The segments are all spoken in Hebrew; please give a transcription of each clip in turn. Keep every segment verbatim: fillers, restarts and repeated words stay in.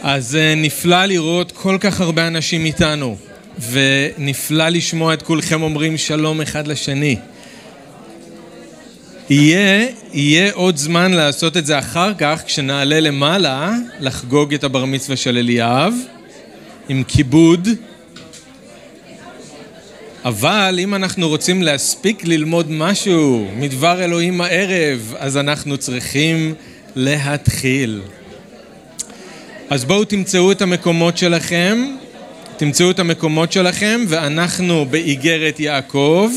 אז נפלא לראות כל כך הרבה אנשים איתנו, ונפלא לשמוע את כולכם אומרים שלום אחד לשני. יהיה, יהיה עוד זמן לעשות את זה אחר כך, כשנעלה למעלה לחגוג את הבר מצווה של אליאב, עם כיבוד. אבל אם אנחנו רוצים להספיק ללמוד משהו מדבר אלוהים הערב, אז אנחנו צריכים להתחיל. אז בואו תמצאו את המקומות שלכם, תמצאו את המקומות שלכם, ואנחנו באיגרת יעקב.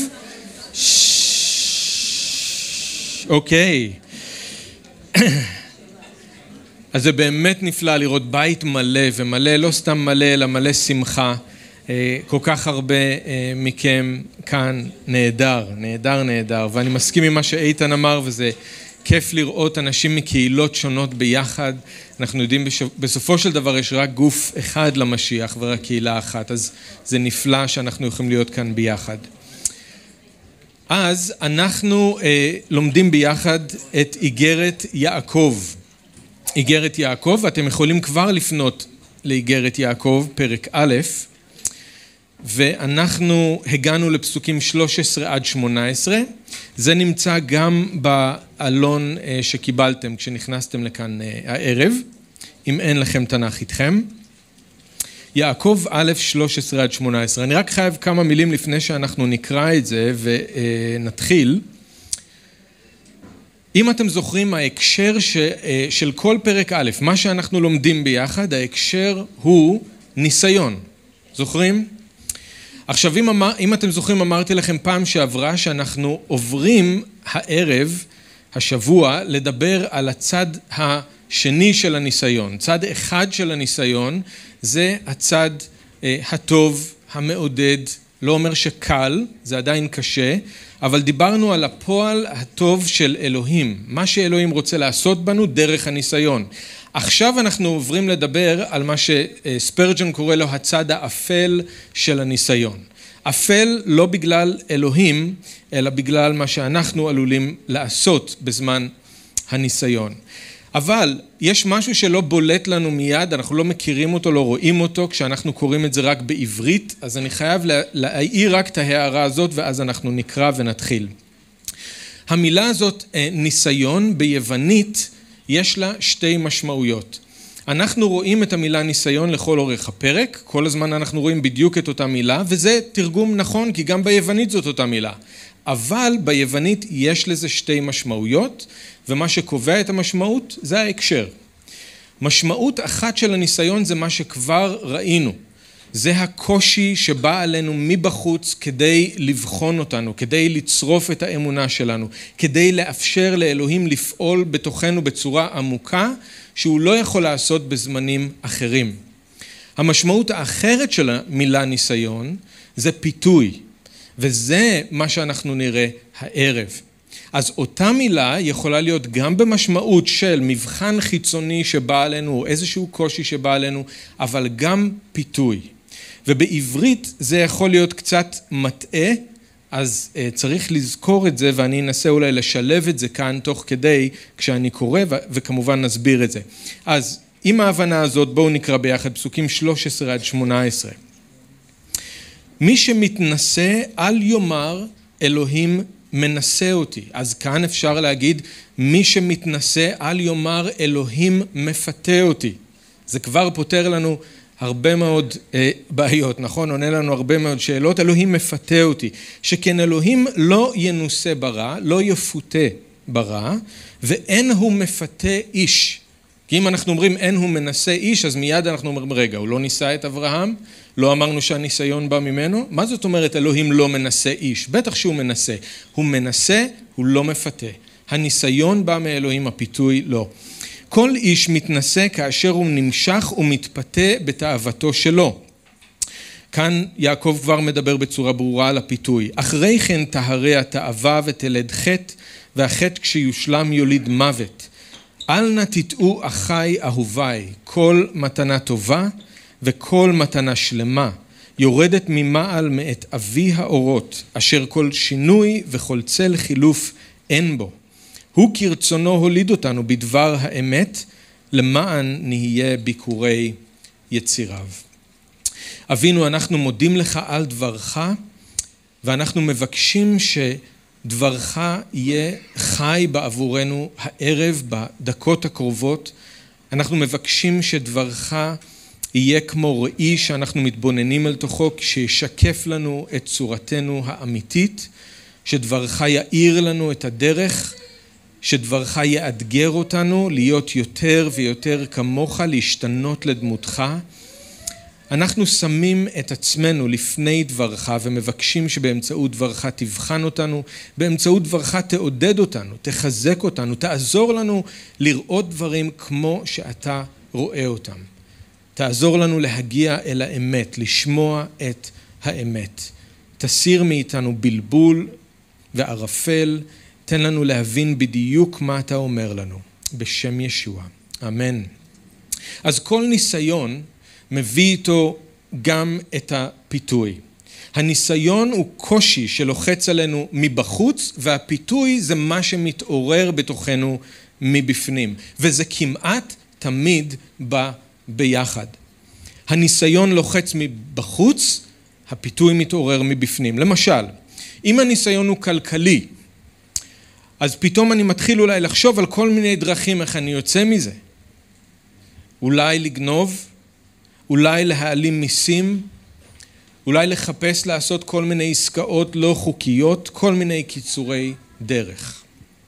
אוקיי. אז זה באמת נפלא לראות בית מלא, ומלא, לא סתם מלא, אלא מלא שמחה. כל כך הרבה מכם כאן, נהדר, נהדר, נהדר. ואני מסכים עם מה שאיתן אמר, וזה כיף לראות אנשים מקהילות שונות ביחד. אנחנו יודעים בסופו של דבר יש רק גוף אחד למשיח ורק קהילה אחת, אז זה נפלא שאנחנו יכולים להיות כאן ביחד. אז אנחנו אה, לומדים ביחד את איגרת יעקב. איגרת יעקב, ואתם יכולים כבר לפנות לאיגרת יעקב, פרק א', ואנחנו הגענו לפסוקים שלוש עשרה עד שמונה עשרה. זה נמצא גם באלון אה, שקיבלתם כשנכנסתם לכאן אה, הערב, אם אין לכם תנ"ך איתכם. יעקב א' שלוש עשרה עד שמונה עשרה. אני רק חייב כמה מילים לפני שאנחנו נקרא את זה ונתחיל. אם אתם זוכרים, ההקשר ש, של כל פרק א', מה שאנחנו לומדים ביחד, ההקשר הוא ניסיון. זוכרים? עכשיו, אם, אמר, אם אתם זוכרים, אמרתי לכם פעם שעברה שאנחנו עוברים הערב, השבוע, לדבר על הצד השני של הניסיון. צד אחד של הניסיון זה הצד אה, הטוב, המעודד, לא אומר שקל, זה עדיין קשה, אבל דיברנו על הפועל הטוב של אלוהים, מה שאלוהים רוצה לעשות בנו דרך הניסיון. עכשיו אנחנו עוברים לדבר על מה שספרג'ן קורא לו הצד האפל של הניסיון. אפל לא בגלל אלוהים, אלא בגלל מה שאנחנו עלולים לעשות בזמן הניסיון. אבל יש משהו שלא בולט לנו מיד, אנחנו לא מכירים אותו, לא רואים אותו, כשאנחנו קוראים את זה רק בעברית, אז אני חייב להעיר רק את ההערה הזאת, ואז אנחנו נקרא ונתחיל. המילה הזאת, ניסיון, ביוונית, יש לה שתי משמעויות. אנחנו רואים את המילה ניסיון לכל אורך הפרק, כל הזמן אנחנו רואים בדיוק את אותה מילה, וזה תרגום נכון, כי גם ביוונית זאת אותה מילה. אבל ביוונית יש לזה שתי משמעויות, ומה שקובע את המשמעות זה ההקשר. משמעות אחת של הניסיון זה מה שכבר ראינו. זה הקושי שבא עלינו מבחוץ כדי לבחון אותנו, כדי לצרוף את האמונה שלנו, כדי לאפשר לאלוהים לפעול בתוכנו בצורה עמוקה, שהוא לא יכול לעשות בזמנים אחרים. המשמעות האחרת של המילה ניסיון זה פיתוי, וזה מה שאנחנו נראה הערב. אז אותה מילה יכולה להיות גם במשמעות של מבחן חיצוני שבא עלינו, או איזשהו קושי שבא עלינו, אבל גם פיתוי. ובעברית זה יכול להיות קצת מטעה, אז uh, צריך לזכור את זה, ואני אנסה אולי לשלב את זה כאן תוך כדי כשאני קורא, ו- וכמובן נסביר את זה. אז עם ההבנה הזאת בואו נקרא ביחד פסוקים שלוש עשרה עד שמונה עשרה. מי שמתנסה אל יאמר אלוהים מנסה אותי. אז כאן אפשר להגיד מי שמתנסה אל יאמר אלוהים מפתה אותי. זה כבר פותר לנו הרבה מאוד אה, בעיות, נכון? עונה לנו הרבה מאוד שאלות. אלוהים מפתה אותי. שכן אלוהים לא ינוסה ברע, לא יפותה ברע, ואין הוא מפתה איש. כי אם אנחנו אומרים אין הוא מנסה איש, אז מיד אנחנו אומרים רגע, הוא לא ניסה את אברהם? לא אמרנו שהניסיון בא ממנו? מה זאת אומרת אלוהים לא מנסה איש? בטח שהוא מנסה. הוא מנסה, הוא לא מפתה. הניסיון בא מאלוהים, הפיתוי לא. כל איש מתנסה כאשר הוא נמשך ומתפתה בתאוותו שלו. כאן יעקב כבר מדבר בצורה ברורה על הפיתוי. אחרי כן תהרה התאווה ותלד חטא, והחטא כשיושלם יוליד מוות. אל נא תטעו אחי אהוביי, כל מתנה טובה וכל מתנה שלמה, יורדת ממעל מאת אבי האורות, אשר כל שינוי וכל צל חילוף אין בו. הוא כרצונו הוליד אותנו בדבר האמת, למען נהיה ביקורי יציריו. אבינו, אנחנו מודים לך על דברך, ואנחנו מבקשים שדברך יהיה חי בעבורנו הערב בדקות הקרובות. אנחנו מבקשים שדברך יהיה כמו ראי שאנחנו מתבוננים אל תוכו, שישקף לנו את צורתנו האמיתית, שדברך יאיר לנו את הדרך, שדברך יאתגר אותנו להיות יותר ויותר כמוך, להשתנות לדמותך. אנחנו שמים את עצמנו לפני דברך ומבקשים שבאמצעות דברך תבחן אותנו, באמצעות דברך תעודד אותנו, תחזק אותנו, תעזור לנו לראות דברים כמו שאתה רואה אותם. תעזור לנו להגיע אל האמת, לשמוע את האמת. תסיר מאיתנו בלבול וערפל, תן לנו להבין בדיוק מה אתה אומר לנו, בשם ישוע. אמן. אז כל ניסיון מביא איתו גם את הפיתוי. הניסיון הוא קושי שלוחץ עלינו מבחוץ, והפיתוי זה מה שמתעורר בתוכנו מבפנים. וזה כמעט תמיד בא ביחד. הניסיון לוחץ מבחוץ, הפיתוי מתעורר מבפנים. למשל, אם הניסיון הוא כלכלי, אז פתאום אני מתחיל אולי לחשוב על כל מיני דרכים איך אני יוצא מזה. אולי לגנוב, אולי להעלים מיסים, אולי לחפש לעשות כל מיני עסקאות לא חוקיות, כל מיני קיצורי דרך.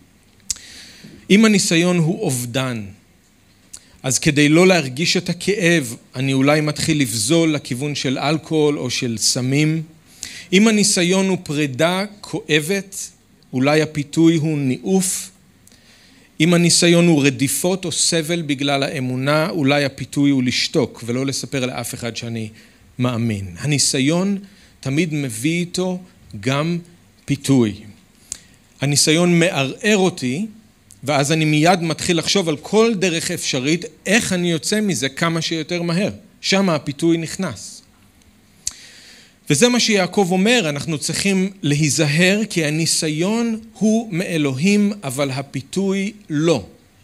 אם הניסיון הוא אובדן, אז כדי לא להרגיש את הכאב, אני אולי מתחיל לבזול לכיוון של אלכוהול או של סמים. אם הניסיון הוא פרידה כואבת, אולי הפיתוי הוא ניאוף. אם הניסיון הוא רדיפות או סבל בגלל האמונה, אולי הפיתוי הוא לשתוק ולא לספר לאף אחד שאני מאמין. הניסיון תמיד מביא איתו גם פיתוי. הניסיון מערער אותי, ואז אני מיד מתחיל לחשוב על כל דרך אפשרית, איך אני יוצא מזה כמה שיותר מהר. שם הפיתוי נכנס. וזה מה שיעקב אומר, אנחנו צריכים להיזהר, כי הניסיון הוא מאלוהים, אבל הפיתוי לא.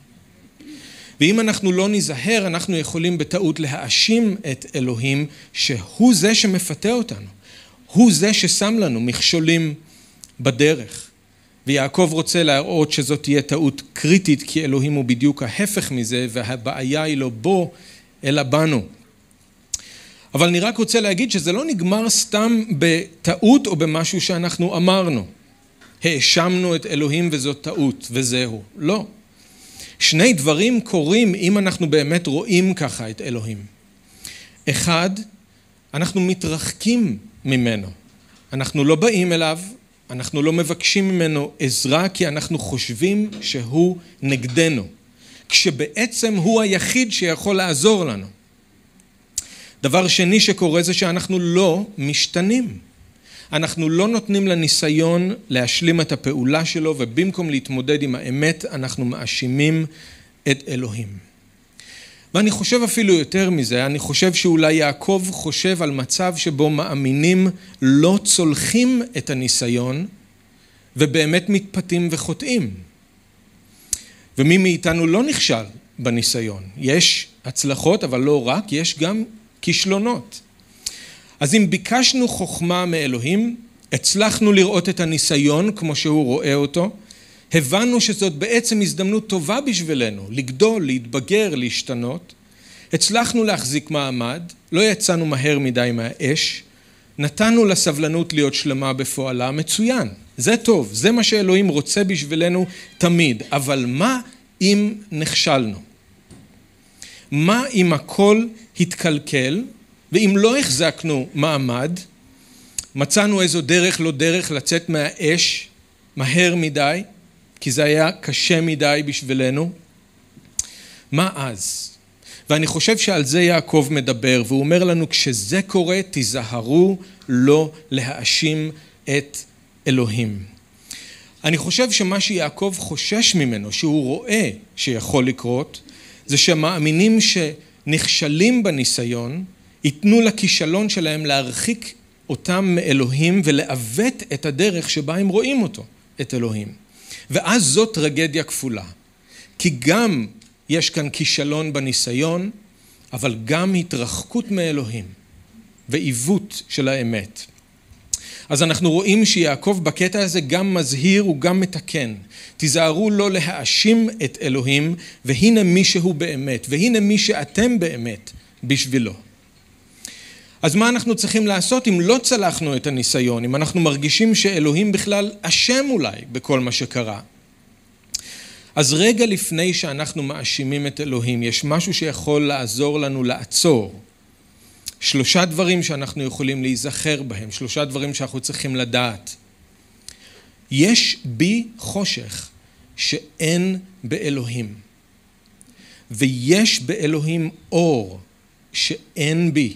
ואם אנחנו לא ניזהר, אנחנו יכולים בטעות להאשים את אלוהים, שהוא זה שמפתה אותנו. הוא זה ששם לנו מכשולים בדרך. ויעקב רוצה להראות שזאת תהיה טעות קריטית, כי אלוהים הוא בדיוק ההפך מזה, והבעיה היא לא בו, אלא בנו. אבל אני רק רוצה להגיד שזה לא נגמר סתם בטעות או במשהו שאנחנו אמרנו. האשמנו את אלוהים וזאת טעות, וזהו. לא. שני דברים קורים אם אנחנו באמת רואים ככה את אלוהים. אחד, אנחנו מתרחקים ממנו. אנחנו לא באים אליו, אנחנו לא מבקשים ממנו עזרה, כי אנחנו חושבים שהוא נגדנו. כשבעצם הוא היחיד שיכול לעזור לנו. דבר שני שקורה זה שאנחנו לא משתנים. אנחנו לא נותנים לניסיון להשלים את הפעולה שלו, ובמקום להתמודד עם האמת, אנחנו מאשימים את אלוהים. ואני חושב אפילו יותר מזה, אני חושב שאולי יעקב חושב על מצב שבו מאמינים לא צולחים את הניסיון, ובאמת מתפתים וחוטאים. ומי מאיתנו לא נכשל בניסיון. יש הצלחות, אבל לא רק, יש גם כישלונות. אז אם ביקשנו חוכמה מאלוהים, הצלחנו לראות את הניסיון כמו שהוא רואה אותו, הבנו שזאת בעצם הזדמנות טובה בשבילנו, לגדול, להתבגר, להשתנות. הצלחנו להחזיק מעמד, לא יצאנו מהר מדי מהאש, נתנו לסבלנות להיות שלמה בפועלה, מצוין. זה טוב, זה מה שאלוהים רוצה בשבילנו תמיד. אבל מה אם נכשלנו? מה אם הכל התקלקל, ואם לא החזקנו מעמד, מצאנו איזו דרך לא דרך לצאת מהאש מהר מדי, כי זה היה קשה מדי בשבילנו? מה אז? ואני חושב שעל זה יעקב מדבר, והוא אומר לנו, כשזה קורה, תיזהרו לא להאשים את אלוהים. אני חושב שמה שיעקב חושש ממנו, שהוא רואה שיכול לקרות, זה שהמאמינים שנכשלים בניסיון, ייתנו לכישלון שלהם להרחיק אותם מאלוהים, ולעוות את הדרך שבה הם רואים אותו, את אלוהים. ואז זאת טרגדיה כפולה. כי גם יש כאן כישלון בניסיון, אבל גם התרחקות מאלוהים ועיוות של האמת. אז אנחנו רואים שיעקב בקטע הזה גם מזהיר וגם מתקן. תיזהרו לא להאשים את אלוהים, והנה מי שהוא באמת, והנה מי שאתם באמת בשבילו. אז מה אנחנו צריכים לעשות אם לא צלחנו את הניסיון, אם אנחנו מרגישים שאלוהים בכלל אשם אולי בכל מה שקרה? אז רגע לפני שאנחנו מאשימים את אלוהים, יש משהו שיכול לעזור לנו לעצור. שלושה דברים שאנחנו יכולים להיזכר בהם, שלושה דברים שאנחנו צריכים לדעת. יש בי חושך שאין באלוהים, ויש באלוהים אור שאין בי,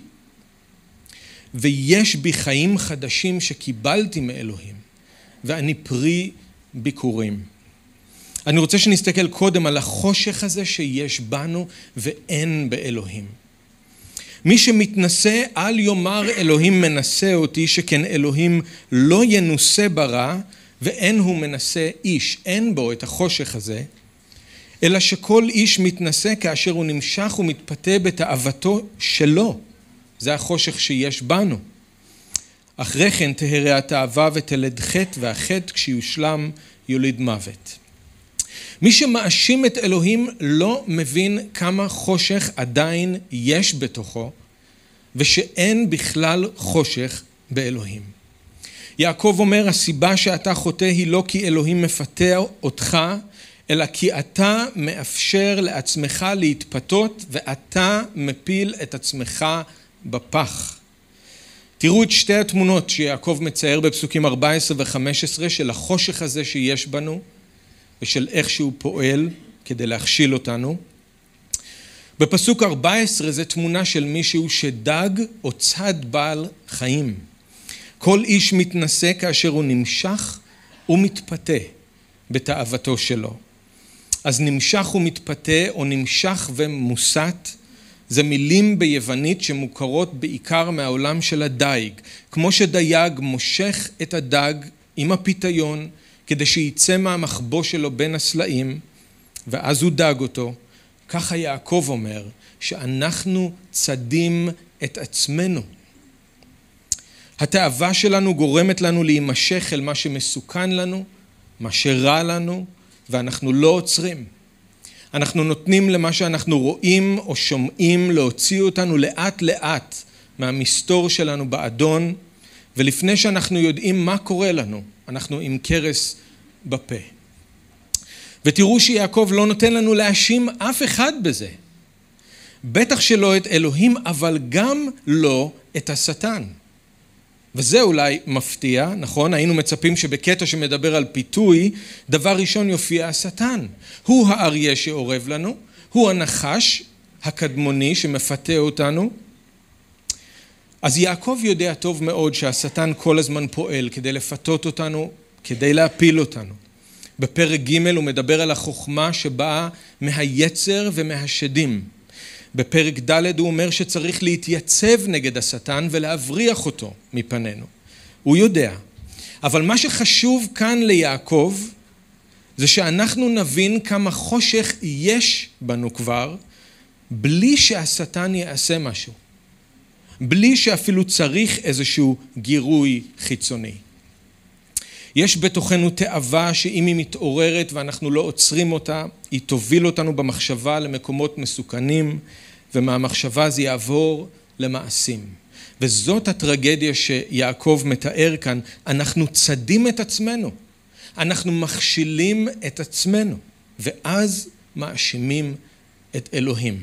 ויש בי חיים חדשים שקיבלתי מאלוהים, ואני פרי ביקורים. אני רוצה שנסתכל קודם על החושך הזה שיש בנו ואין באלוהים. מי שמתנסה אל יאמר אלוהים מנסה אותי, שכן אלוהים לא ינוסה ברע, ואין הוא מנסה איש, אין בו את החושך הזה, אלא שכל איש מתנסה כאשר הוא נמשך ומתפתה בתאוותו שלו. זה החושך שיש בנו. אחרי כן תהרה התאווה ותלד חטא, והחטא כשיושלם יוליד מוות. מי שמאשים את אלוהים לא מבין כמה חושך עדיין יש בתוכו, ושאין בכלל חושך באלוהים. יעקב אומר, הסיבה שאתה חוטא היא לא כי אלוהים מפתה אותך, אלא כי אתה מאפשר לעצמך להתפתות, ואתה מפיל את עצמך בפח. תראו את שתי התמונות שיעקב מצייר בפסוקים ארבע עשרה ו-חמש עשרה של החושך הזה שיש בנו, ושל איך שהוא פועל כדי להכשיל אותנו. בפסוק ארבע עשרה זה תמונה של מישהו שדג או צד בעל חיים. כל איש מתנסה כאשר הוא נמשך ומתפתה בתאוותו שלו. אז נמשך ומתפתה או נמשך ומוסת, זה מילים ביוונית שמוכרות בעיקר מהעולם של הדייג. כמו שדייג מושך את הדג עם הפיתיון, כדי שיצא מהמחבוא שלו בין הסלעים, ואז הוא דג אותו. ככה יעקב אומר, שאנחנו צדים את עצמנו. התאווה שלנו גורמת לנו להימשך אל מה שמסוכן לנו, מה שרע לנו, ואנחנו לא עוצרים. אנחנו נותנים למה שאנחנו רואים או שומעים להוציא אותנו לאט לאט מהמסתור שלנו באדון, ולפני שאנחנו יודעים מה קורה לנו, אנחנו עם קרס בפה. ותראו שיעקב לא נותן לנו להאשים אף אחד בזה. בטח שלא את אלוהים, אבל גם לא את השטן. וזה אולי מפתיע, נכון? היינו מצפים שבקטע שמדבר על פיתוי, דבר ראשון יופיע השטן. הוא האריה שעורב לנו, הוא הנחש הקדמוני שמפתה אותנו. אז יעקב יודע טוב מאוד שהשטן כל הזמן פועל כדי לפתות אותנו, כדי להפיל אותנו. בפרק ג' הוא מדבר על החוכמה שבאה מהיצר ומהשדים. בפרק ד' הוא אומר שצריך להתייצב נגד השטן ולהבריח אותו מפנינו. הוא יודע. אבל מה שחשוב כאן ליעקב, זה שאנחנו נבין כמה חושך יש בנו כבר, בלי שהשטן יעשה משהו. בלי שאפילו צריך איזשהו גירוי חיצוני. יש בתוכנו תאווה שאם היא מתעוררת ואנחנו לא עוצרים אותה, היא תוביל אותנו במחשבה למקומות מסוכנים, ומהמחשבה זה יעבור למעשים. וזאת הטרגדיה שיעקב מתאר כאן, אנחנו צדים את עצמנו, אנחנו מכשילים את עצמנו, ואז מאשימים את אלוהים.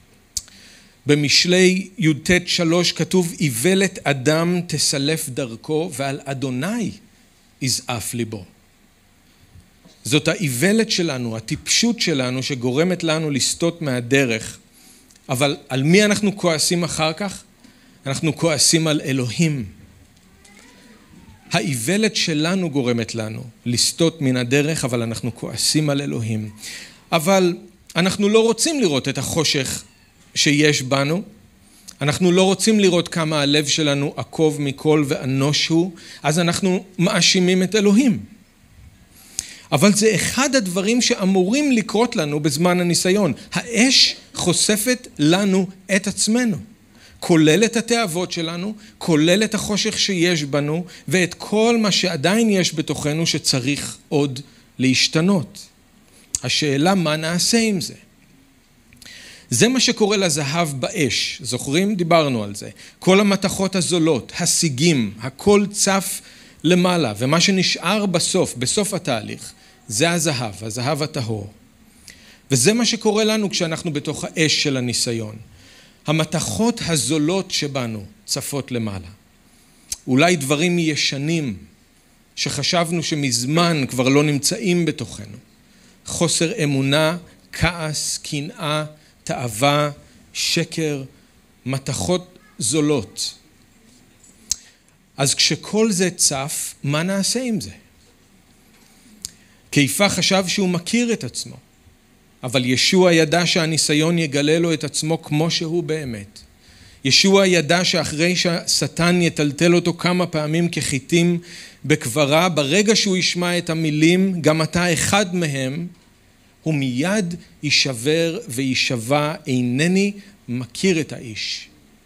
במשלי י"ט שלוש כתוב, איוולת אדם תסלף דרכו, ועל אדוני יזעף ליבו. זאת האיוולת שלנו, הטיפשות שלנו, שגורמת לנו לסטות מהדרך. אבל על מי אנחנו כועסים אחר כך? אנחנו כועסים על אלוהים. האיוולת שלנו גורמת לנו לסטות מן הדרך, אבל אנחנו כועסים על אלוהים. אבל אנחנו לא רוצים לראות את החושך שיש בנו. אנחנו לא רוצים לראות כמה הלב שלנו עקוב מכל ואנוש הוא, אז אנחנו מאשימים את אלוהים. אבל זה אחד הדברים שאמורים לקרות לנו בזמן הניסיון. האש חושפת לנו את עצמנו, כולל את התאוות שלנו, כולל את החושך שיש בנו, ואת כל מה שעדיין יש בתוכנו שצריך עוד להשתנות. השאלה מה נעשה עם זה? זה מה שקורה לזהב באש, זוכרים? דיברנו על זה. כל המתכות הזולות, השיגים, הכל צף למעלה, ומה שנשאר בסוף, בסוף התהליך, זה הזהב, הזהב הטהור. וזה מה שקורה לנו כשאנחנו בתוך האש של הניסיון. המתכות הזולות שבנו צפות למעלה. אולי דברים ישנים שחשבנו שמזמן כבר לא נמצאים בתוכנו. חוסר אמונה, כעס, קנאה, תאווה, שקר, מתכות זולות. אז כשכל זה צף, מה נעשה עם זה? כיפה חשב שהוא מכיר את עצמו, אבל ישוע ידע שהניסיון יגלה לו את עצמו כמו שהוא באמת. ישוע ידע שאחרי שהשטן יטלטל אותו כמה פעמים כחיטים בקברה, ברגע שהוא ישמע את המילים, גם אתה אחד מהם, הוא מיד יישבר ויישבע, אינני מכיר את האיש.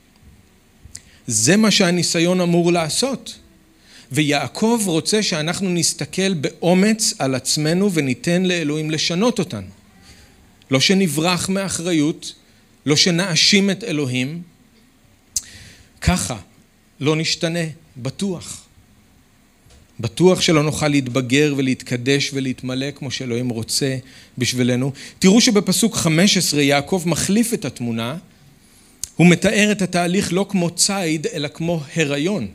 זה מה שהניסיון אמור לעשות. ויעקב רוצה שאנחנו נסתכל באומץ על עצמנו וניתן לאלוהים לשנות אותנו. לא שנברח מאחריות, לא שנאשים את אלוהים. ככה לא נשתנה, בטוח. בטוח שלא נוכל להתבגר ולהתקדש ולהתמלא כמו שאלוהים רוצה בשבילנו. תראו שבפסוק חמש עשרה יעקב מחליף את התמונה. הוא מתאר את התהליך לא כמו ציד אלא כמו הריון.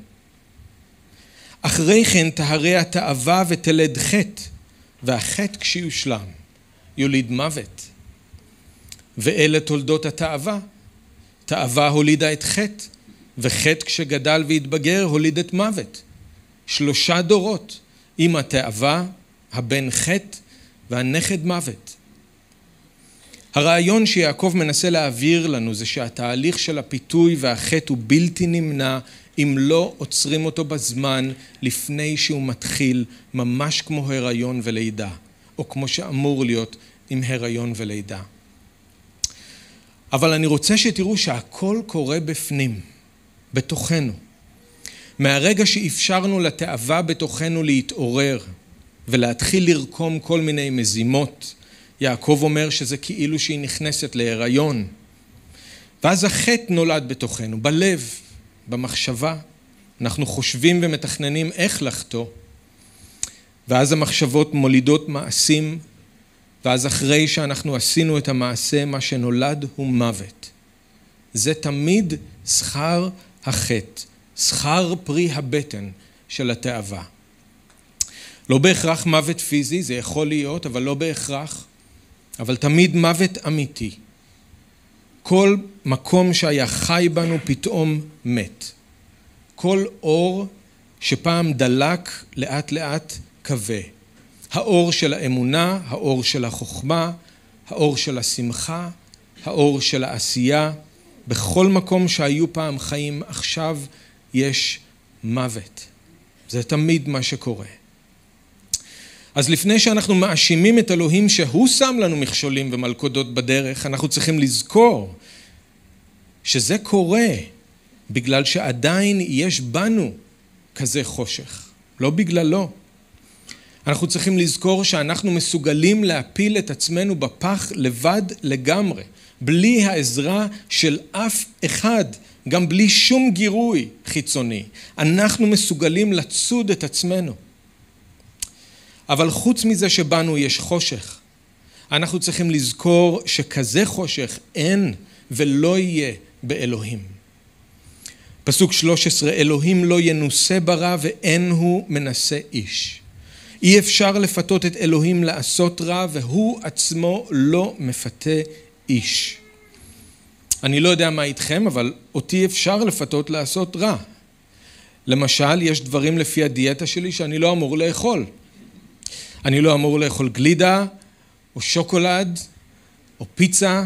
אחרי כן תהרה התאווה ותלד חטא, והחטא כשיושלם יוליד מוות. ואלה תולדות התאווה. תאווה הולידה את חטא, וחטא כשגדל והתבגר הוליד את מוות. שלושה דורות, עם התאווה, הבן חטא והנכד מוות. הרעיון שיעקב מנסה להעביר לנו זה שהתהליך של הפיתוי והחטא הוא בלתי נמנע אם לא עוצרים אותו בזמן לפני שהוא מתחיל, ממש כמו הריון ולידה, או כמו שאמור להיות עם הריון ולידה. אבל אני רוצה שתראו שהכל קורה בפנים, בתוכנו. מהרגע שאפשרנו לתאווה בתוכנו להתעורר ולהתחיל לרקום כל מיני מזימות, יעקב אומר שזה כאילו שהיא נכנסת להיריון. ואז החטא נולד בתוכנו, בלב, במחשבה. אנחנו חושבים ומתכננים איך לחטוא. ואז המחשבות מולידות מעשים, ואז אחרי שאנחנו עשינו את המעשה, מה שנולד הוא מוות. זה תמיד שכר החטא, שכר פרי הבטן של התאווה. לא בהכרח מוות פיזי, זה יכול להיות, אבל לא בהכרח. אבל תמיד מוות אמיתי. כל מקום שהיה חי בנו פתאום מת. כל אור שפעם דלק לאט לאט כבה. האור של האמונה, האור של החוכמה, האור של השמחה, האור של העשייה. בכל מקום שהיו פעם חיים, עכשיו יש מוות. זה תמיד מה שקורה. אז לפני שאנחנו מאשימים את אלוהים שהוא שם לנו מכשולים ומלכודות בדרך, אנחנו צריכים לזכור שזה קורה בגלל שעדיין יש בנו כזה חושך, לא בגללו. אנחנו צריכים לזכור שאנחנו מסוגלים להפיל את עצמנו בפח לבד לגמרי, בלי העזרה של אף אחד, גם בלי שום גירוי חיצוני. אנחנו מסוגלים לצוד את עצמנו. אבל חוץ מזה שבנו יש חושך, אנחנו צריכים לזכור שכזה חושך אין ולא יהיה באלוהים. פסוק שלוש עשרה, אלוהים לא ינוסה ברע ואין הוא מנסה איש. אי אפשר לפתות את אלוהים לעשות רע והוא עצמו לא מפתה איש. אני לא יודע מה איתכם, אבל אותי אפשר לפתות לעשות רע. למשל, יש דברים לפי הדיאטה שלי שאני לא אמור לאכול. אני לא אמור לאכול גלידה, או שוקולד, או פיצה,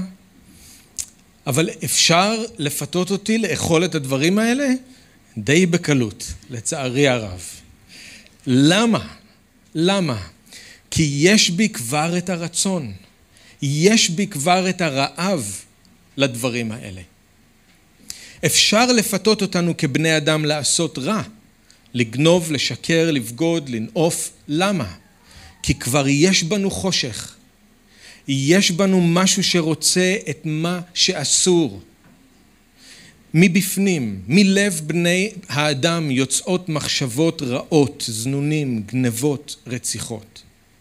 אבל אפשר לפתות אותי לאכול את הדברים האלה די בקלות, לצערי הרב. למה? למה? כי יש בי כבר את הרצון, יש בי כבר את הרעב לדברים האלה. אפשר לפתות אותנו כבני אדם לעשות רע, לגנוב, לשקר, לבגוד, לנעוף. למה? כי כבר יש בנו חושך. יש בנו משהו שרוצה את מה שאסור. מבפנים, מלב בני האדם יוצאות מחשבות רעות, זנונים, גנבות, רציחות.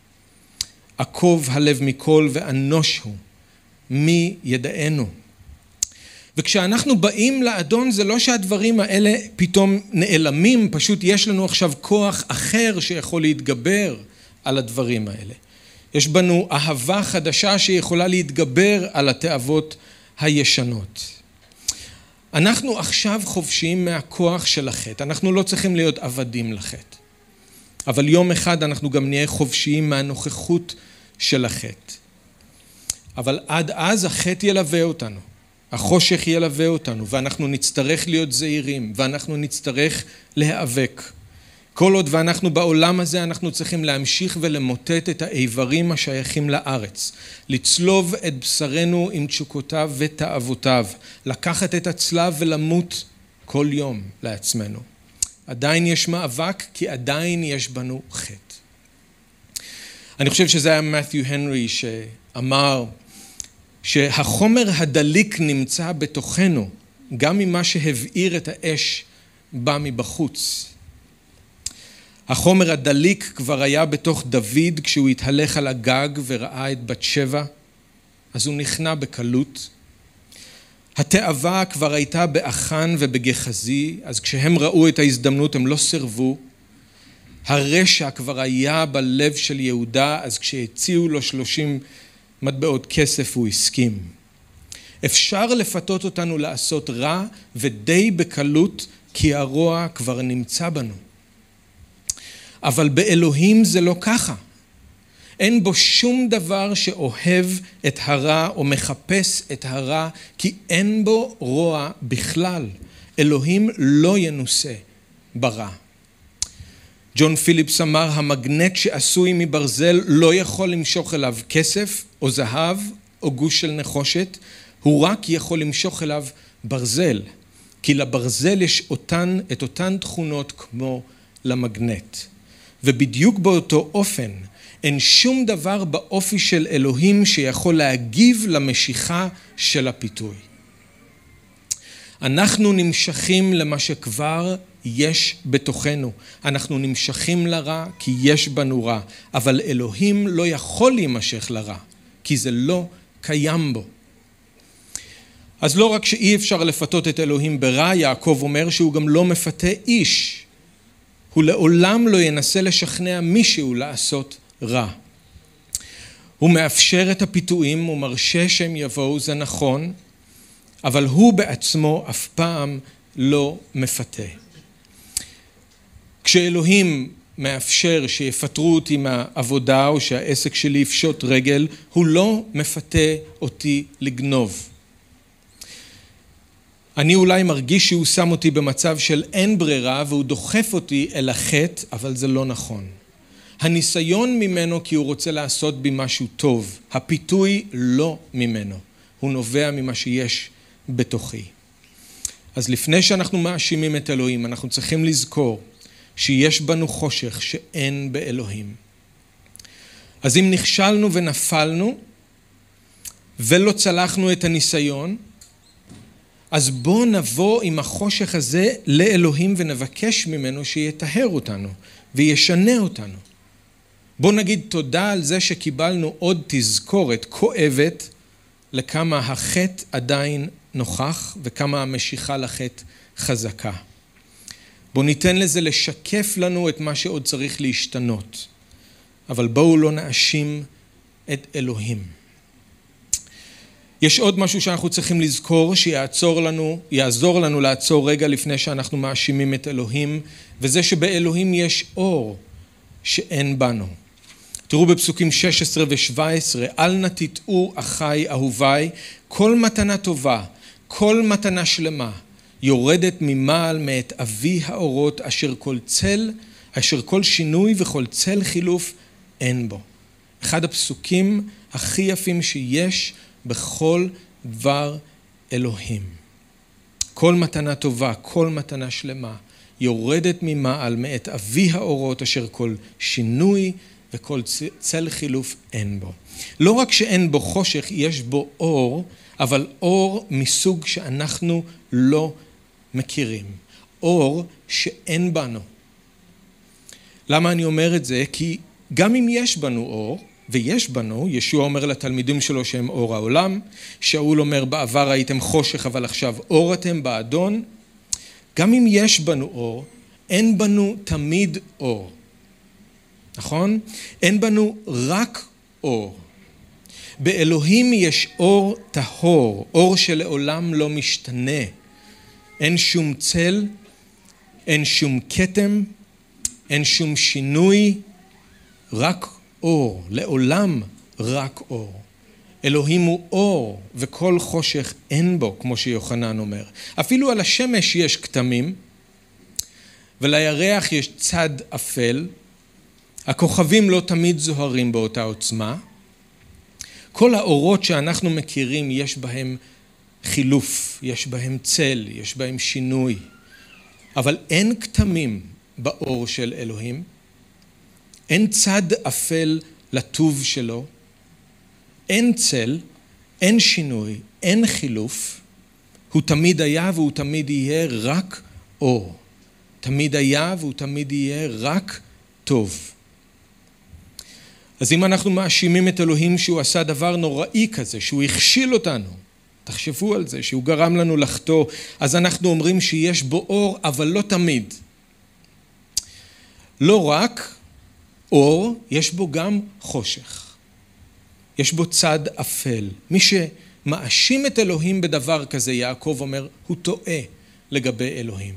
עקוב הלב מכל ואנוש הוא, מי ידענו. וכשאנחנו באים לאדון זה לא שהדברים האלה פתאום נעלמים, פשוט יש לנו עכשיו כוח אחר שיכול להתגבר על הדברים האלה. יש בנו אהבה חדשה שיכולה להתגבר על התאוות הישנות. אנחנו עכשיו חופשיים מהכוח של החטא, אנחנו לא צריכים להיות עבדים לחטא. אבל יום אחד אנחנו גם נהיה חופשיים מהנוכחות של החטא. אבל עד אז החטא ילווה אותנו, החושך ילווה אותנו, ואנחנו נצטרך להיות זהירים, ואנחנו נצטרך להיאבק. כל עוד ואנחנו בעולם הזה, אנחנו צריכים להמשיך ולמוטט את האיברים השייכים לארץ, לצלוב את בשרנו עם תשוקותיו ותאוותיו, לקחת את הצלב ולמות כל יום לעצמנו. עדיין יש מאבק, כי עדיין יש בנו חטא. אני חושב שזה היה מת'יו הנרי שאמר שהחומר הדליק נמצא בתוכנו, גם ממה שהבעיר את האש בא מבחוץ. החומר הדליק כבר היה בתוך דוד כשהוא התהלך על הגג וראה את בת שבע, אז הוא נכנע בקלות. התאווה כבר הייתה באחן ובגחזי, אז כשהם ראו את ההזדמנות הם לא סרבו. הרשע כבר היה בלב של יהודה, אז כשהציעו לו שלושים מטבעות כסף הוא הסכים. אפשר לפתות אותנו לעשות רע ודי בקלות, כי הרוע כבר נמצא בנו. אבל באלוהים זה לא ככה. אין בו שום דבר שאוהב את הרע או מחפש את הרע, כי אין בו רוע בכלל. אלוהים לא ינוסה ברע. ג'ון פיליפס אמר, המגנט שעשוי מברזל לא יכול למשוך אליו כסף או זהב או גוש של נחושת, הוא רק יכול למשוך אליו ברזל, כי לברזל יש אותן, את אותן תכונות כמו למגנט. ובדיוק באותו אופן, אין שום דבר באופי של אלוהים שיכול להגיב למשיכה של הפיתוי. אנחנו נמשכים למה שכבר יש בתוכנו. אנחנו נמשכים לרע כי יש בנו רע, אבל אלוהים לא יכול להימשך לרע, כי זה לא קיים בו. אז לא רק שאי אפשר לפתות את אלוהים ברע, יעקב אומר שהוא גם לא מפתה איש. הוא לעולם לא ינסה לשכנע מישהו לעשות רע. הוא מאפשר את הפיתויים, הוא מרשה שהם יבואו, זה נכון, אבל הוא בעצמו אף פעם לא מפתה. כשאלוהים מאפשר שיפטרו אותי מהעבודה או שהעסק שלי יפשוט רגל, הוא לא מפתה אותי לגנוב. אני אולי מרגיש שהוא שם אותי במצב של אין ברירה והוא דוחף אותי אל החטא, אבל זה לא נכון. הניסיון ממנו כי הוא רוצה לעשות בי משהו טוב. הפיתוי לא ממנו. הוא נובע ממה שיש בתוכי. אז לפני שאנחנו מאשימים את אלוהים, אנחנו צריכים לזכור שיש בנו חושך שאין באלוהים. אז אם נכשלנו ונפלנו ולא צלחנו את הניסיון, אז בואו נבוא עם החושך הזה לאלוהים ונבקש ממנו שיטהר אותנו וישנה אותנו. בואו נגיד תודה על זה שקיבלנו עוד תזכורת כואבת לכמה החטא עדיין נוכח וכמה המשיכה לחטא חזקה. בואו ניתן לזה לשקף לנו את מה שעוד צריך להשתנות. אבל בואו לא נאשים את אלוהים. יש עוד משהו שאנחנו צריכים לזכור שיעצור לנו, יעזור לנו לעצור רגע לפני שאנחנו מאשימים את אלוהים, וזה שבאלוהים יש אור שאין בנו. תראו בפסוקים שש עשרה ושבע עשרה, אל נא תטעו אחי אהוביי, כל מתנה טובה, כל מתנה שלמה, יורדת ממעל מאת אבי האורות, אשר כל צל, אשר כל שינוי וכל צל חילוף אין בו. אחד הפסוקים הכי יפים שיש בכל דבר אלוהים. כל מתנה טובה, כל מתנה שלמה, יורדת ממעל מאת אבי האורות אשר כל שינוי וכל צל חילוף אין בו. לא רק שאין בו חושך, יש בו אור, אבל אור מסוג שאנחנו לא מכירים. אור שאין בנו. למה אני אומר את זה? כי גם אם יש בנו אור, ויש בנו, ישוע אומר לתלמידים שלו שהם אור העולם, שאול אומר בעבר הייתם חושך אבל עכשיו אור אתם באדון, גם אם יש בנו אור, אין בנו תמיד אור. נכון? אין בנו רק אור. באלוהים יש אור טהור, אור שלעולם לא משתנה. אין שום צל, אין שום כתם, אין שום שינוי, רק אור, לעולם רק אור. אלוהים הוא אור וכל חושך אין בו, כמו שיוחנן אומר. אפילו על השמש יש כתמים, ולירח יש צד אפל, הכוכבים לא תמיד זוהרים באותה עוצמה. כל האורות שאנחנו מכירים יש בהם חילוף, יש בהם צל, יש בהם שינוי. אבל אין כתמים באור של אלוהים, אין צד אפל לטוב שלו, אין צל, אין שינוי, אין חילוף. הוא תמיד היה והוא תמיד יהיה רק אור. תמיד היה והוא תמיד יהיה רק טוב. אז אם אנחנו מאשימים את אלוהים שהוא עשה דבר נוראי כזה, שהוא הכשיל אותנו, תחשבו על זה, שהוא גרם לנו לחטוא, אז אנחנו אומרים שיש בו אור, אבל לא תמיד. לא רק אור, יש בו גם חושך. יש בו צד אפל. מי שמאשים את אלוהים בדבר כזה, יעקב אומר, הוא טועה לגבי אלוהים.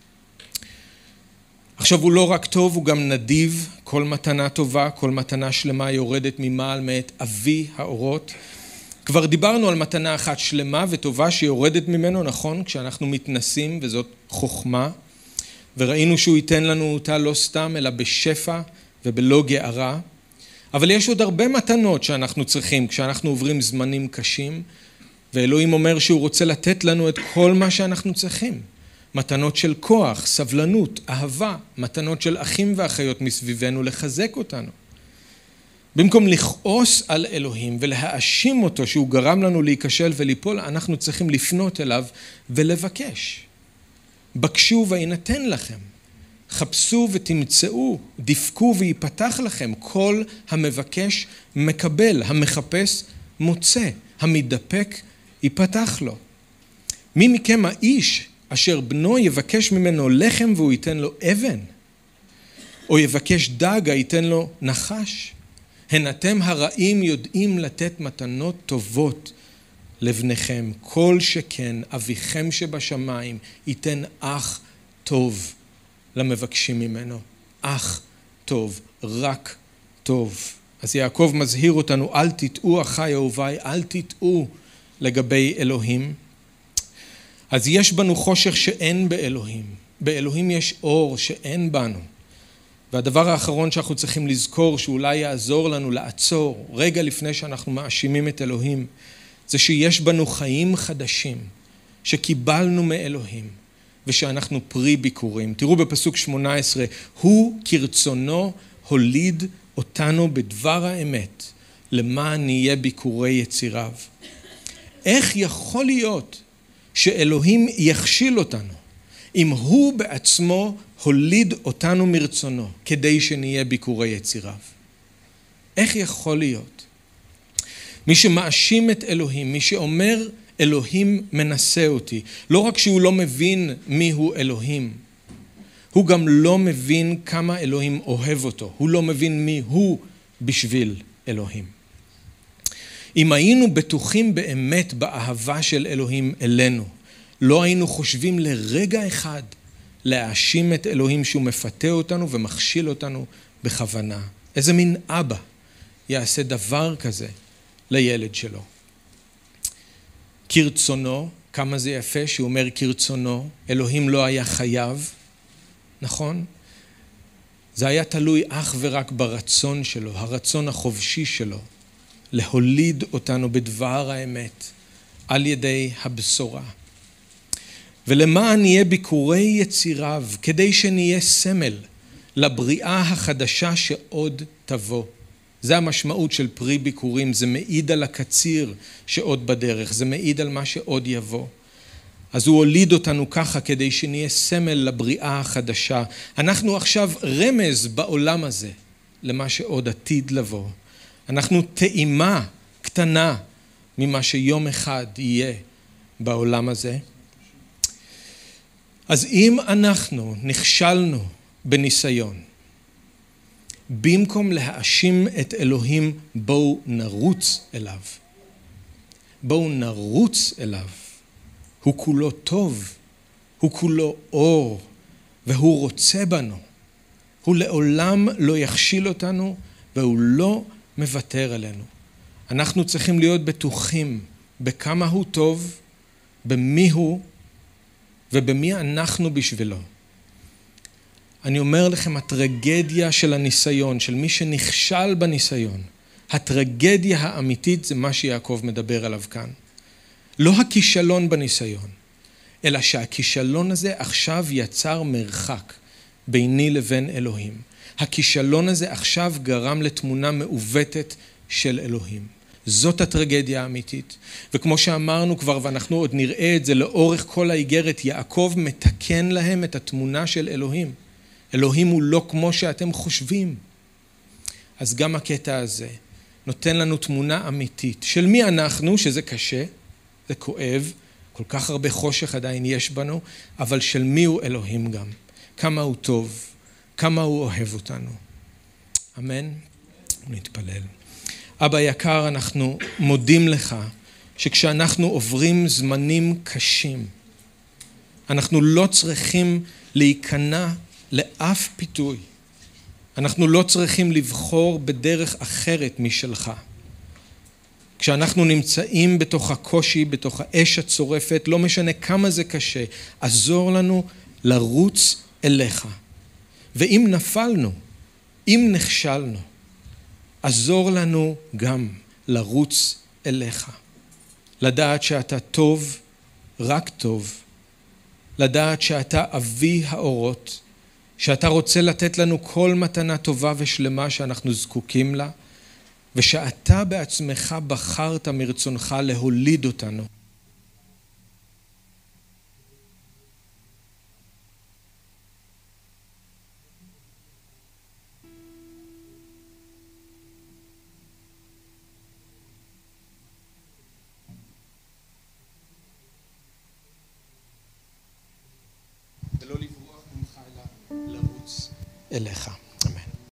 עכשיו הוא לא רק טוב, הוא גם נדיב, כל מתנה טובה, כל מתנה שלמה יורדת ממעל מאת אבי האורות. כבר דיברנו על מתנה אחת שלמה וטובה שיורדת ממנו, נכון? כשאנחנו מתנסים, וזאת חוכמה, וראינו שהוא ייתן לנו אותה לא סתם, אלא בשפע ובלא גערה. אבל יש עוד הרבה מתנות שאנחנו צריכים כשאנחנו עוברים זמנים קשים, ואלוהים אומר שהוא רוצה לתת לנו את כל מה שאנחנו צריכים. מתנות של כוח, סבלנות, אהבה, מתנות של אחים ואחיות מסביבנו לחזק אותנו. במקום לכעוס על אלוהים ולהאשים אותו שהוא גרם לנו להיכשל וליפול, אנחנו צריכים לפנות אליו ולבקש. בקשו ויינתן לכם. חפשו ותמצאו, דפקו ויפתח לכם. כל המבקש מקבל, המחפש מוצא, המתדפק ייפתח לו. מי מכם האיש אשר בנו יבקש ממנו לחם והוא ייתן לו אבן? או יבקש דג ייתן לו נחש? הן אתם הרעים יודעים לתת מתנות טובות לבניכם, כל שכן אביכם שבשמיים ייתן אח טוב למבקשים ממנו. אח טוב, רק טוב. אז יעקב מזהיר אותנו, אל תטעו אחי אהוביי, אל תטעו לגבי אלוהים. אז יש בנו חושך שאין באלוהים. באלוהים יש אור שאין בנו. והדבר האחרון שאנחנו צריכים לזכור, שאולי יעזור לנו לעצור רגע לפני שאנחנו מאשימים את אלוהים, זה שיש בנו חיים חדשים שקיבלנו מאלוהים ושאנחנו פרי ביקורים. תראו בפסוק שמונה עשרה, הוא כרצונו הוליד אותנו בדבר האמת, למען נהיה ביקורי יציריו. איך יכול להיות שאלוהים יכשיל אותנו, אם הוא בעצמו הוליד אותנו מרצונו, כדי שנהיה ביקורי יציריו? איך יכול להיות? מי שמאשים את אלוהים, מי שאומר אלוהים מנסה אותי, לא רק שהוא לא מבין מי הוא אלוהים, הוא גם לא מבין כמה אלוהים אוהב אותו, הוא לא מבין מי הוא בשביל אלוהים. אם היינו בטוחים באמת באהבה של אלוהים אלינו, לא היינו חושבים לרגע אחד להאשים את אלוהים שהוא מפתה אותנו ומכשיל אותנו בכוונה. איזה מין אבא יעשה דבר כזה לילד שלו? כרצונו, כמה זה יפה שהוא אומר כרצונו, אלוהים לא היה חייב, נכון? זה היה תלוי אך ורק ברצון שלו, הרצון החופשי שלו, להוליד אותנו בדבר האמת, על ידי הבשורה. ולמען נהיה ביקורי יציריו, כדי שנהיה סמל לבריאה החדשה שעוד תבוא. זה המשמעות של פרי ביקורים, זה מעיד על הקציר שעוד בדרך, זה מעיד על מה שעוד יבוא. אז הוא הוליד אותנו ככה כדי שנהיה סמל לבריאה החדשה. אנחנו עכשיו רמז בעולם הזה למה שעוד עתיד לבוא. אנחנו טעימה קטנה ממה שיום אחד יהיה בעולם הזה. אז אם אנחנו נכשלנו בניסיון, במקום להאשים את אלוהים, בואו נרוץ אליו. בואו נרוץ אליו. הוא כולו טוב, הוא כולו אור, והוא רוצה בנו. הוא לעולם לא יכשיל אותנו, והוא לא מוותר עלינו. אנחנו צריכים להיות בטוחים בכמה הוא טוב, במי הוא, ובמי אנחנו בשבילו. אני אומר לכם, הטרגדיה של הניסיון, של מי שנכשל בניסיון, הטרגדיה האמיתית זה מה שיעקב מדבר עליו כאן. לא הכישלון בניסיון, אלא שהכישלון הזה עכשיו יצר מרחק ביני לבין אלוהים. הכישלון הזה עכשיו גרם לתמונה מעוותת של אלוהים. זאת הטרגדיה האמיתית. וכמו שאמרנו כבר, ואנחנו עוד נראה את זה לאורך כל האיגרת, יעקב מתקן להם את התמונה של אלוהים. אלוהים הוא לא כמו שאתם חושבים. אז גם הקטע הזה נותן לנו תמונה אמיתית של מי אנחנו, שזה קשה, זה כואב, כל כך הרבה חושך עדיין יש בנו, אבל של מי הוא אלוהים גם. כמה הוא טוב, כמה הוא אוהב אותנו. אמן? נתפלל. אבא יקר, אנחנו מודים לך שכשאנחנו עוברים זמנים קשים, אנחנו לא צריכים להיכנע לאף פיתוי. אנחנו לא צריכים לבחור בדרך אחרת משלך. כשאנחנו נמצאים בתוך הקושי, בתוך האש הצורפת, לא משנה כמה זה קשה, עזור לנו לרוץ אליך. ואם נפלנו, אם נכשלנו, עזור לנו גם לרוץ אליך. לדעת שאתה טוב, רק טוב. לדעת שאתה אבי האורות, שאתה רוצה לתת לנו כל מתנה טובה ושלמה שאנחנו זקוקים לה, ושאתה בעצמך בחרת מרצונך להוליד אותנו. ולא לברוח ממך אלא לרוץ אליך.